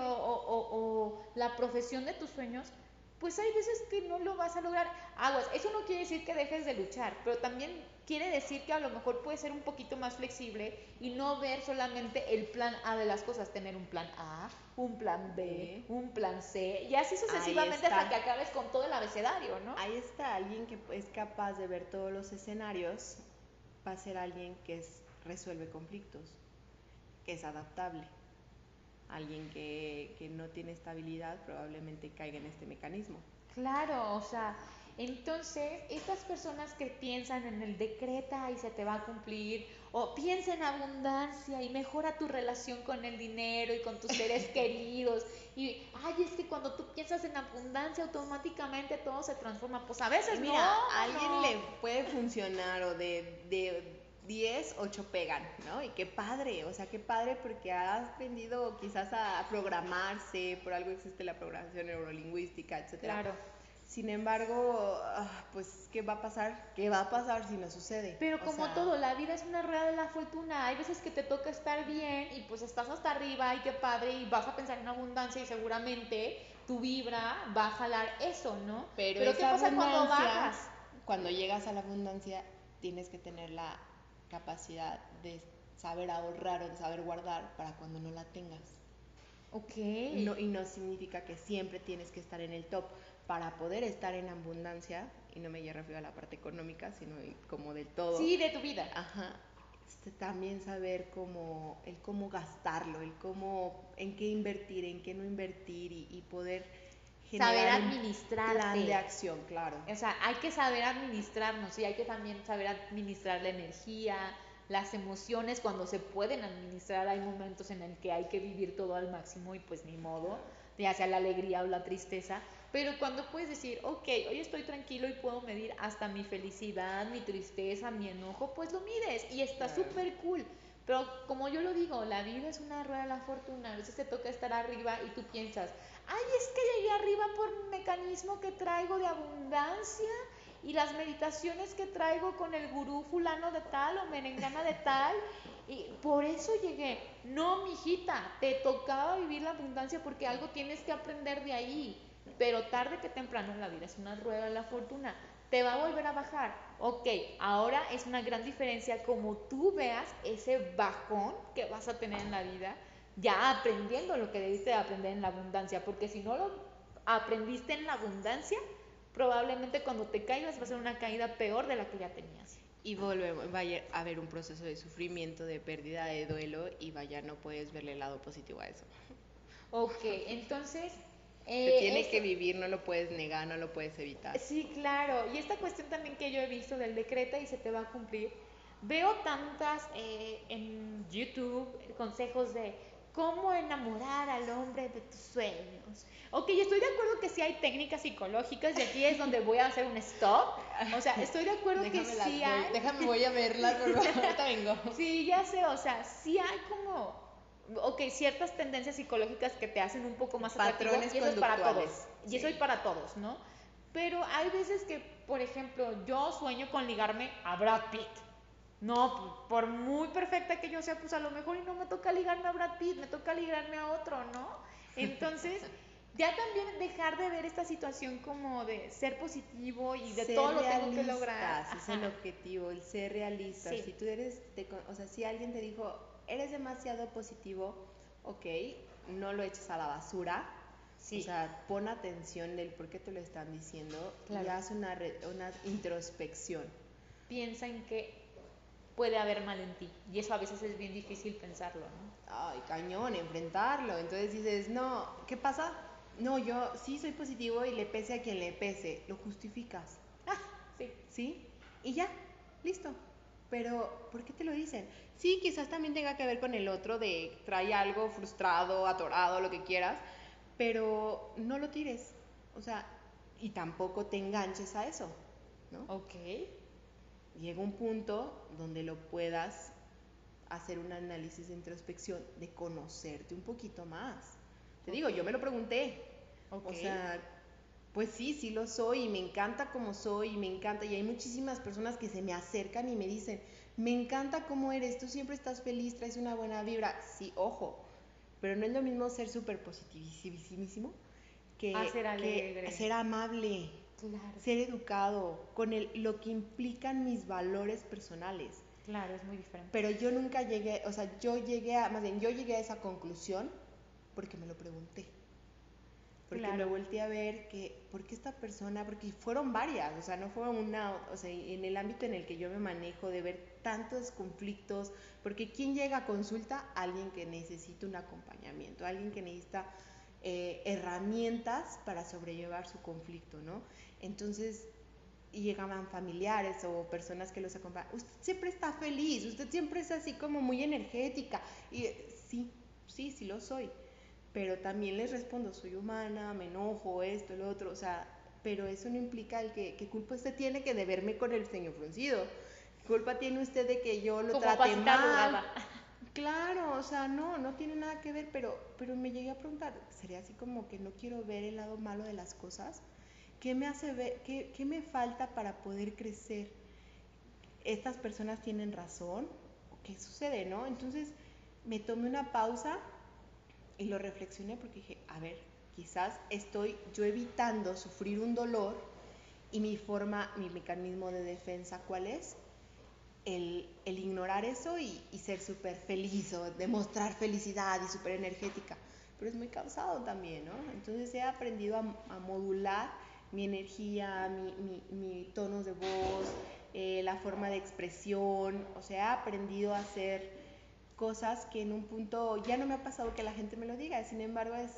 o la profesión de tus sueños, pues hay veces que no lo vas a lograr. Aguas, eso no quiere decir que dejes de luchar, pero también quiere decir que a lo mejor puedes ser un poquito más flexible y no ver solamente el plan A de las cosas, tener un plan A, un plan B, un plan C, y así sucesivamente hasta que acabes con todo el abecedario, ¿no? Ahí está, alguien que es capaz de ver todos los escenarios, va a ser alguien que resuelve conflictos, que es adaptable. Alguien que no tiene estabilidad probablemente caiga en este mecanismo. Claro, o sea, entonces estas personas que piensan en el decreta y se te va a cumplir, o piensa en abundancia y mejora tu relación con el dinero y con tus seres queridos, y ay, es que cuando tú piensas en abundancia automáticamente todo se transforma, pues a veces Mira, no, a alguien no. le puede funcionar o de 10, 8 pegan, ¿no? Y qué padre, o sea, qué padre porque has aprendido quizás a programarse, por algo existe la programación neurolingüística, etcétera. Claro. Sin embargo, pues, ¿qué va a pasar? ¿Qué va a pasar si no sucede? Pero O como sea, todo, la vida es una rueda de la fortuna. Hay veces que te toca estar bien y pues estás hasta arriba y qué padre y vas a pensar en abundancia y seguramente tu vibra va a jalar eso, ¿no? Pero ¿qué pasa cuando bajas? cuando llegas a la abundancia, tienes que tener la capacidad de saber ahorrar o de saber guardar para cuando no la tengas. Ok. No, y no significa que siempre tienes que estar en el top. Para poder estar en abundancia, y no me refiero a la parte económica, sino como del todo. Sí, de tu vida. Ajá. También saber cómo gastarlo, en qué invertir, en qué no invertir y poder generar Saber administrarte. un plan de acción, claro. O sea, hay que saber administrarnos y hay que también saber administrar la energía, las emociones cuando se pueden administrar. Hay momentos en el que hay que vivir todo al máximo y pues ni modo, ya sea la alegría o la tristeza. Pero cuando puedes decir, ok, hoy estoy tranquilo y puedo medir hasta mi felicidad, mi tristeza, mi enojo, pues lo mides y está súper cool. Pero como yo lo digo, la vida es una rueda de la fortuna. A veces te toca estar arriba y tú piensas, ay, es que llegué arriba por un mecanismo que traigo de abundancia y las meditaciones que traigo con el gurú fulano de tal o merengana de tal Y por eso llegué. No, mijita, te tocaba vivir la abundancia porque algo tienes que aprender de ahí. Pero tarde que temprano la vida es una rueda de la fortuna. Te va a volver a bajar. Ok, ahora es una gran diferencia como tú veas ese bajón que vas a tener en la vida, ya aprendiendo lo que debiste de aprender en la abundancia. Porque si no lo aprendiste en la abundancia, probablemente cuando te caigas va a ser una caída peor de la que ya tenías. Y volvemos, vaya a haber un proceso de sufrimiento, de pérdida, de duelo, y vaya, no puedes verle el lado positivo a eso. Ok, entonces... Se tiene que vivir, no lo puedes negar, no lo puedes evitar. Sí, claro. Y esta cuestión también que yo he visto del decreta y se te va a cumplir, veo tantas en YouTube consejos de cómo enamorar al hombre de tus sueños. Ok, estoy de acuerdo que sí hay técnicas psicológicas y aquí es donde voy a hacer un stop. O sea, estoy de acuerdo que sí hay. Déjame, voy a verlas, por favor, ahorita vengo. Sí, ya sé, o sea, sí hay como, ok, ciertas tendencias psicológicas que te hacen un poco más atractivo Patrones y eso es para todos. conductuales, Y eso es para todos, ¿no? Pero hay veces que, por ejemplo, yo sueño con ligarme a Brad Pitt. No, por muy perfecta que yo sea, pues a lo mejor y no me toca ligarme a Brad Pitt, me toca ligarme a otro, ¿no? Entonces, ya también dejar de ver esta situación como de ser positivo y de ser todo lo tengo que lograr. Es el objetivo, el ser realista. Sí. Si tú eres, o sea, si alguien te dijo, eres demasiado positivo, ok, no lo eches a la basura. Sí. O sea, pon atención del por qué te lo están diciendo, Claro. y haz una introspección. Piensa en que puede haber mal en ti. Y eso a veces es bien difícil pensarlo, ¿no? Ay, cañón, enfrentarlo. Entonces dices, no, ¿qué pasa? No, yo sí soy positivo y le pese a quien le pese. Lo justificas. Sí. ¿Sí? Y ya, listo. Pero, ¿por qué te lo dicen? Sí, quizás también tenga que ver con el otro de trae algo frustrado, atorado, lo que quieras, pero no lo tires. O sea, y tampoco te enganches a eso, ¿no? Ok. Llega un punto donde lo puedas hacer un análisis de introspección, de conocerte un poquito más. Te digo, yo me lo pregunté. O sea, pues sí, sí lo soy y me encanta como soy y me encanta. Y hay muchísimas personas que se me acercan y me dicen, me encanta cómo eres, tú siempre estás feliz, traes una buena vibra. Sí, ojo, pero no es lo mismo ser súper positivísimo que ser amable, claro. ser educado, con lo que implican mis valores personales. Claro, es muy diferente. Pero yo nunca llegué, o sea, yo llegué a esa conclusión porque me lo pregunté. Porque me volteé a ver que, ¿por qué esta persona? Porque fueron varias, o sea, no fue una, o sea, en el ámbito en el que yo me manejo, de ver tantos conflictos, porque ¿quién llega a consulta? Alguien que necesita un acompañamiento, alguien que necesita herramientas para sobrellevar su conflicto, ¿no? Entonces, y llegaban familiares o personas que los acompañan, usted siempre está feliz, usted siempre es así como muy energética, y sí lo soy, pero también les respondo, soy humana, me enojo, esto, lo otro, o sea, pero eso no implica ¿qué culpa usted tiene que de verme con el ceño fruncido? ¿Qué culpa tiene usted de que yo lo trate mal? Claro, o sea, no tiene nada que ver, pero me llegué a preguntar, ¿sería así como que no quiero ver el lado malo de las cosas? ¿Qué me hace ver, qué me falta para poder crecer? ¿Estas personas tienen razón? ¿Qué sucede, no? Entonces me tomé una pausa y lo reflexioné porque dije, a ver, quizás estoy yo evitando sufrir un dolor y mi mecanismo de defensa, ¿cuál es? El ignorar eso y ser súper feliz o demostrar felicidad y súper energética. Pero es muy cansado también, ¿no? Entonces he aprendido a modular mi energía, mi tonos de voz, la forma de expresión. O sea, he aprendido a hacer cosas que en un punto ya no me ha pasado que la gente me lo diga. Sin embargo, es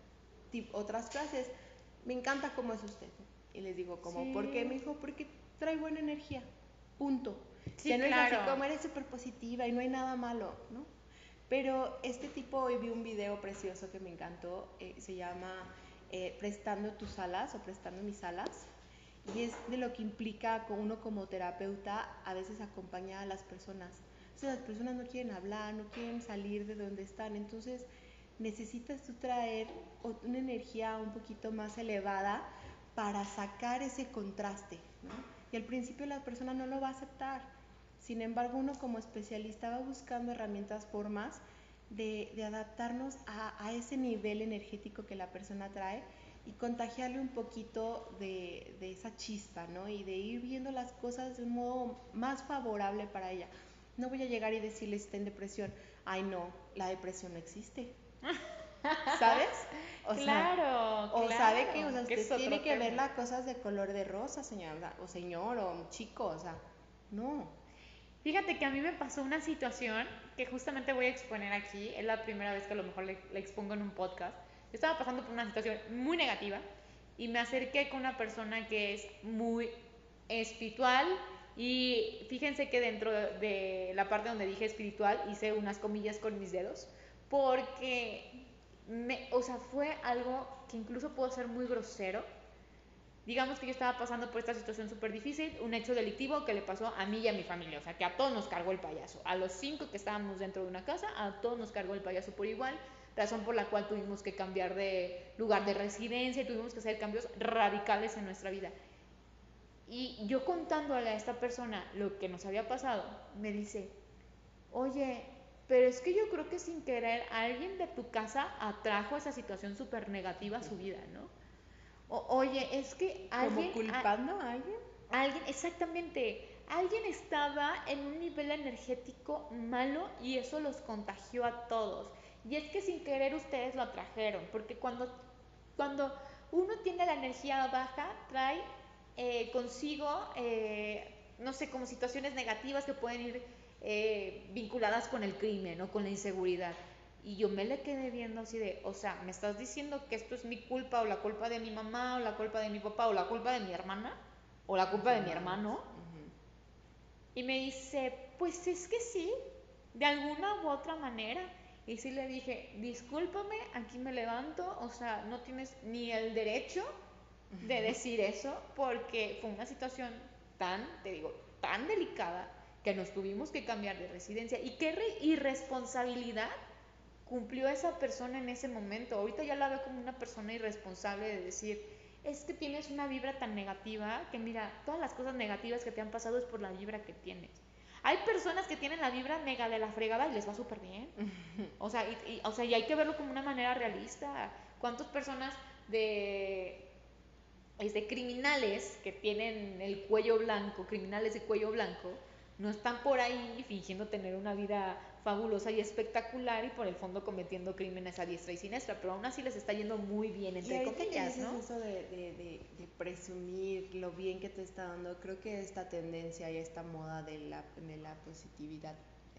otras frases. Me encanta cómo es usted. Y les digo, como, ¿por qué? Me dijo, porque trae buena energía. Punto. Sí, ya no es así como eres súper positiva y no hay nada malo, ¿no? Pero este tipo, hoy vi un video precioso que me encantó, se llama Prestando tus alas o Prestando mis alas, y es de lo que implica uno como terapeuta a veces acompañar a las personas. O sea, las personas no quieren hablar, no quieren salir de donde están, entonces necesitas tú traer una energía un poquito más elevada para sacar ese contraste, ¿no? Y al principio la persona no lo va a aceptar. Sin embargo, uno como especialista va buscando herramientas, formas de adaptarnos a ese nivel energético que la persona trae y contagiarle un poquito de esa chispa, ¿no? Y de ir viendo las cosas de un modo más favorable para ella. No voy a llegar y decirle si está en depresión, ay no, la depresión no existe. ¿Sabes? Claro, sabe que, o sea, que usted es tiene otro que ver tema. las cosas de color de rosa, señora, o señor, o chico, o sea, no. Fíjate que a mí me pasó una situación que justamente voy a exponer aquí, es la primera vez que a lo mejor le expongo en un podcast. Yo estaba pasando por una situación muy negativa y me acerqué con una persona que es muy espiritual y fíjense que dentro de la parte donde dije espiritual hice unas comillas con mis dedos porque o sea, fue algo que incluso pudo ser muy grosero. Digamos que yo estaba pasando por esta situación súper difícil, un hecho delictivo que le pasó a mí y a mi familia, o sea, que a todos nos cargó el payaso. A los 5 que estábamos dentro de una casa, a todos nos cargó el payaso por igual, razón por la cual tuvimos que cambiar de lugar de residencia y tuvimos que hacer cambios radicales en nuestra vida. Y yo contándole a esta persona lo que nos había pasado, me dice, oye, pero es que yo creo que sin querer alguien de tu casa atrajo esa situación súper negativa a su vida, ¿no? Oye, es que alguien... ¿Como culpando a alguien? Alguien, exactamente, alguien estaba en un nivel energético malo y eso los contagió a todos. Y es que sin querer ustedes lo atrajeron, porque cuando uno tiene la energía baja, trae consigo, no sé, como situaciones negativas que pueden ir vinculadas con el crimen o con la inseguridad. Y yo me le quedé viendo así de, o sea, ¿me estás diciendo que esto es mi culpa o la culpa de mi mamá o la culpa de mi papá o la culpa de mi hermana o la culpa de mi hermano? Y me dice, pues es que sí, de alguna u otra manera. Y sí le dije, discúlpame, aquí me levanto, o sea, no tienes ni el derecho de decir eso porque fue una situación tan, te digo, tan delicada que nos tuvimos que cambiar de residencia. Y qué irresponsabilidad cumplió esa persona en ese momento. Ahorita ya la veo como una persona irresponsable de decir, es que tienes una vibra tan negativa que mira, todas las cosas negativas que te han pasado es por la vibra que tienes. Hay personas que tienen la vibra mega de la fregada y les va súper bien. O sea, y hay que verlo como una manera realista. ¿Cuántas personas de criminales que tienen el cuello blanco, criminales de cuello blanco, no están por ahí fingiendo tener una vida fabulosa y espectacular y por el fondo cometiendo crímenes a diestra y siniestra, pero aún así les está yendo muy bien, entre comillas, ¿no? Eso de presumir lo bien que te está dando, creo que esta tendencia y esta moda de la positividad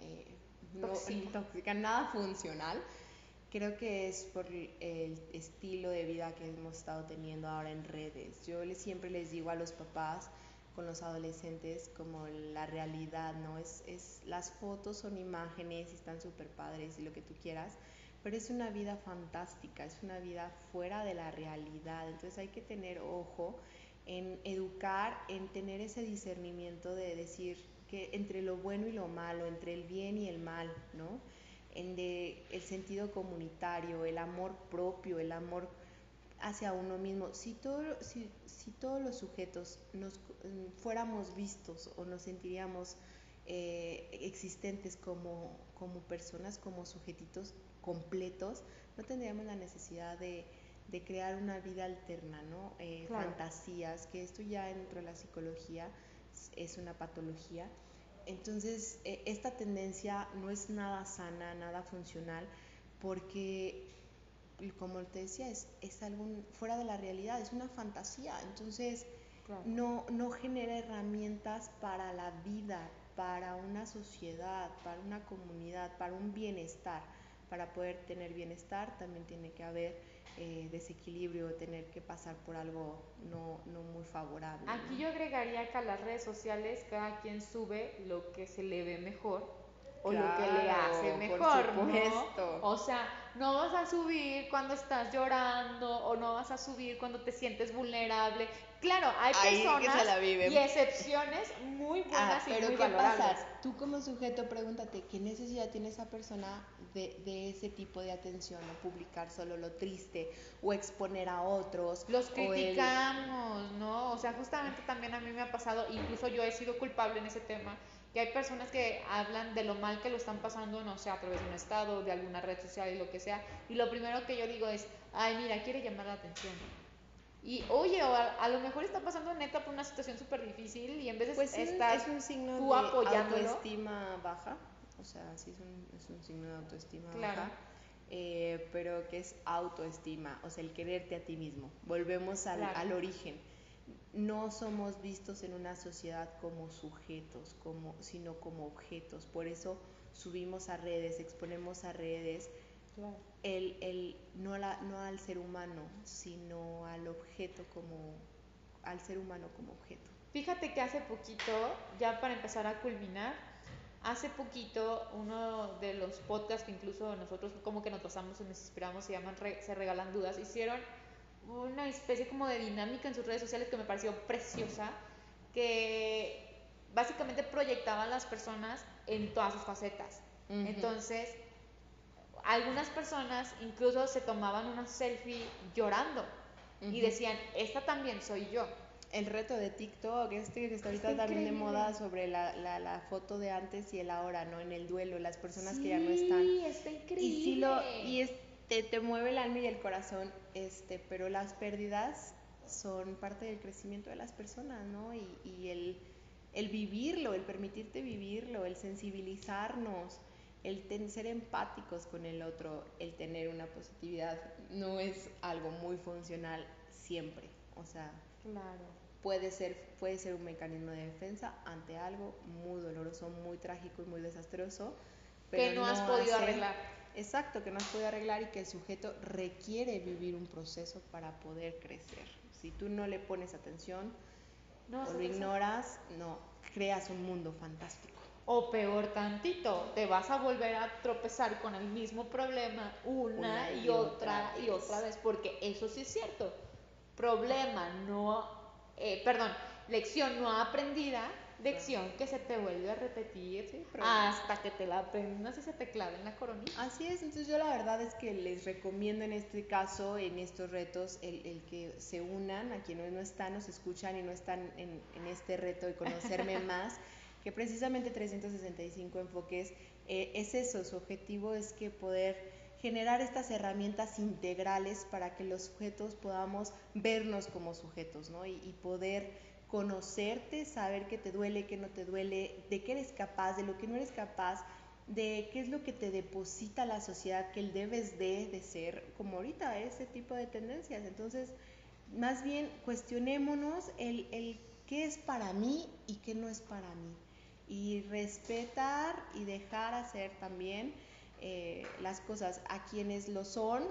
tóxica, nada funcional, creo que es por el estilo de vida que hemos estado teniendo ahora en redes. Yo siempre les digo a los papás con los adolescentes como la realidad, ¿no? Las fotos son imágenes y están súper padres y lo que tú quieras, pero es una vida fantástica, es una vida fuera de la realidad. Entonces hay que tener ojo en educar, en tener ese discernimiento de decir que entre lo bueno y lo malo, entre el bien y el mal, ¿no? El sentido comunitario, el amor propio, el amor hacia uno mismo. Si todos los sujetos fuéramos vistos o nos sentiríamos existentes como personas, como sujetitos completos, no tendríamos la necesidad de crear una vida alterna, ¿no? Claro. Fantasías, que esto ya dentro de la psicología es una patología. Entonces, esta tendencia no es nada sana, nada funcional, porque, como te decía, es algo fuera de la realidad, es una fantasía. Entonces, Claro. no genera herramientas para la vida, para una sociedad, para una comunidad, para un bienestar. Para poder tener bienestar también tiene que haber desequilibrio, tener que pasar por algo no muy favorable, ¿no? Aquí yo agregaría que a las redes sociales cada quien sube lo que se le ve mejor o lo que le hace mejor, por supuesto. ¿no? O sea, no vas a subir cuando estás llorando o no vas a subir cuando te sientes vulnerable. Claro, hay personas que se la viven. y excepciones muy buenas y pero muy ¿qué valorables. pasa? Tú como sujeto pregúntate, ¿qué necesidad tiene esa persona de ese tipo de atención? O publicar solo lo triste o exponer a otros. Los criticamos, ¿no? O sea, justamente también a mí me ha pasado, incluso yo he sido culpable en ese tema, que hay personas que hablan de lo mal que lo están pasando, no sé, a través de un estado, de alguna red social y lo que sea, y lo primero que yo digo es, ay, mira, quiere llamar la atención. Y oye, o a lo mejor está pasando neta por una situación súper difícil y en vez de Pues estar es un signo tú de apoyándolo. autoestima baja, o sea, sí es un signo de autoestima Claro. baja, pero que es autoestima, o sea, el quererte a ti mismo. Volvemos Claro. al origen. No somos vistos en una sociedad como sujetos, sino como objetos. Por eso subimos a redes, exponemos a redes, Claro. no al ser humano, sino al objeto al ser humano como objeto. Fíjate que hace poquito, ya para empezar a culminar, hace poquito uno de los podcasts que incluso nosotros como que nos basamos y nos inspiramos, se llaman Se Regalan Dudas, hicieron una especie como de dinámica en sus redes sociales que me pareció preciosa, que básicamente proyectaban a las personas en todas sus facetas. Uh-huh. Entonces, algunas personas incluso se tomaban una selfie llorando y decían, esta también soy yo. El reto de TikTok, que está ahorita también de moda sobre la foto de antes y el ahora, ¿no? En el duelo, las personas que ya no están. Sí, está increíble. Te mueve el alma y el corazón, pero las pérdidas son parte del crecimiento de las personas, ¿no? Y el vivirlo, el permitirte vivirlo, el sensibilizarnos, ser empáticos con el otro, el tener una positividad, no es algo muy funcional siempre, o sea, claro. puede ser un mecanismo de defensa ante algo muy doloroso, muy trágico y muy desastroso, pero que no has podido arreglar. Exacto, que no has podido arreglar y que el sujeto requiere vivir un proceso para poder crecer. Si tú no le pones atención o lo ignoras, no, creas un mundo fantástico. O peor tantito, te vas a volver a tropezar con el mismo problema una y otra vez, porque eso sí es cierto. Lección no aprendida, lección que se te vuelve a repetir hasta que te la aprendas y se te clave en la coronilla. Así es, entonces yo la verdad es que les recomiendo en este caso, en estos retos, el que se unan a quienes no están, nos escuchan y no están en este reto de conocerme más, que precisamente 365 enfoques es eso, su objetivo es que poder generar estas herramientas integrales para que los sujetos podamos vernos como sujetos, ¿no? Y poder conocerte, saber qué te duele, qué no te duele, de qué eres capaz, de lo que no eres capaz, de qué es lo que te deposita la sociedad que él debes de ser, como ahorita ese tipo de tendencias. Entonces, más bien cuestionémonos el qué es para mí y qué no es para mí. Y respetar y dejar hacer también las cosas a quienes lo son,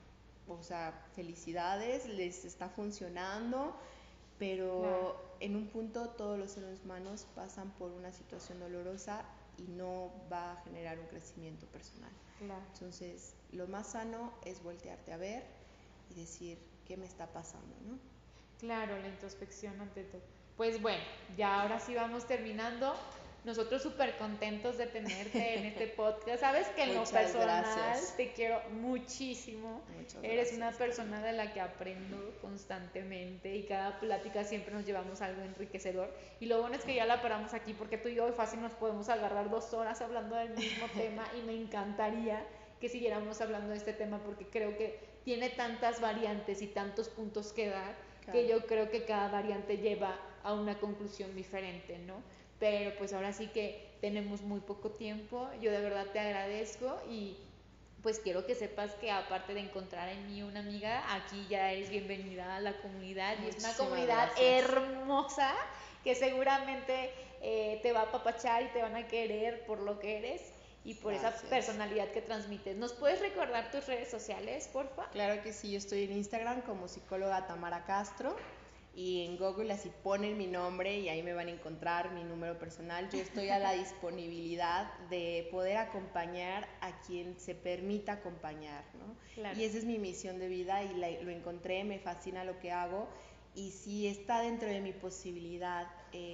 o sea, felicidades, les está funcionando, pero claro, en un punto todos los seres humanos pasan por una situación dolorosa y no va a generar un crecimiento personal. Claro. Entonces, lo más sano es voltearte a ver y decir, ¿qué me está pasando, no? Claro, la introspección ante todo. Pues bueno, ya ahora sí vamos terminando. Nosotros súper contentos de tenerte en este podcast. Sabes que en lo personal te quiero muchísimo. Eres una persona de la que aprendo constantemente y cada plática siempre nos llevamos algo enriquecedor. Y lo bueno es que ya la paramos aquí porque tú y yo fácil nos podemos agarrar 2 horas hablando del mismo tema y me encantaría que siguiéramos hablando de este tema porque creo que tiene tantas variantes y tantos puntos que dar, claro, que yo creo que cada variante lleva a una conclusión diferente, ¿no? Pero pues ahora sí que tenemos muy poco tiempo, yo de verdad te agradezco y pues quiero que sepas que aparte de encontrar en mí una amiga, aquí ya eres bienvenida a la comunidad. Muchísimas y es una comunidad hermosa que seguramente te va a apapachar y te van a querer por lo que eres y por esa personalidad que transmites. ¿Nos puedes recordar tus redes sociales, porfa? Claro que sí, yo estoy en Instagram como psicóloga Tamara Castro y en Google así ponen mi nombre y ahí me van a encontrar mi número personal. Yo estoy a la disponibilidad de poder acompañar a quien se permita acompañar, ¿no? Claro. Y esa es mi misión de vida y lo encontré, me fascina lo que hago y si está dentro de mi posibilidad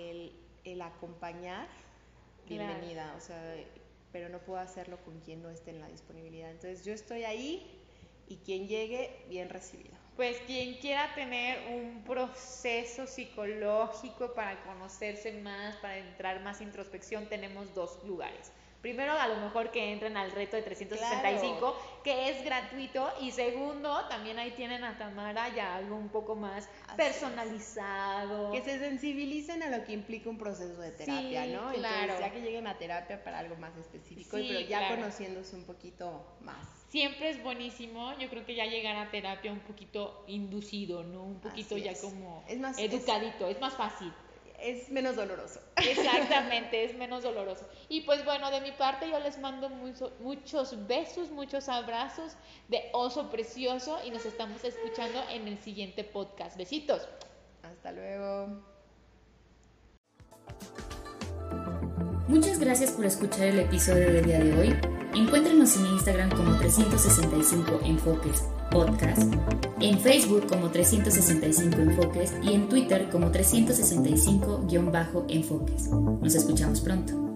el acompañar, bienvenida, claro, o sea, pero no puedo hacerlo con quien no esté en la disponibilidad. Entonces yo estoy ahí y quien llegue, bien recibido. Pues quien quiera tener un proceso psicológico para conocerse más, para entrar más introspección, tenemos 2 lugares. Primero, a lo mejor que entren al reto de 365, claro, que es gratuito. Y segundo, también ahí tienen a Tamara ya algo un poco más personalizado. Que se sensibilicen a lo que implica un proceso de terapia, sí, ¿no? Claro. Entonces, ya que lleguen a terapia para algo más específico, sí, pero ya claro, conociéndose un poquito más. Siempre es buenísimo, yo creo que ya llegar a terapia un poquito inducido, ¿no? Un poquito ya como es más, educadito, es más fácil. Es menos doloroso. Exactamente, es menos doloroso. Y pues bueno, de mi parte yo les mando muchos besos, muchos abrazos de oso precioso y nos estamos escuchando en el siguiente podcast. Besitos. Hasta luego. Muchas gracias por escuchar el episodio del día de hoy. Encuéntrenos en Instagram como 365 Enfoques Podcast, en Facebook como 365 Enfoques y en Twitter como 365-Enfoques. Nos escuchamos pronto.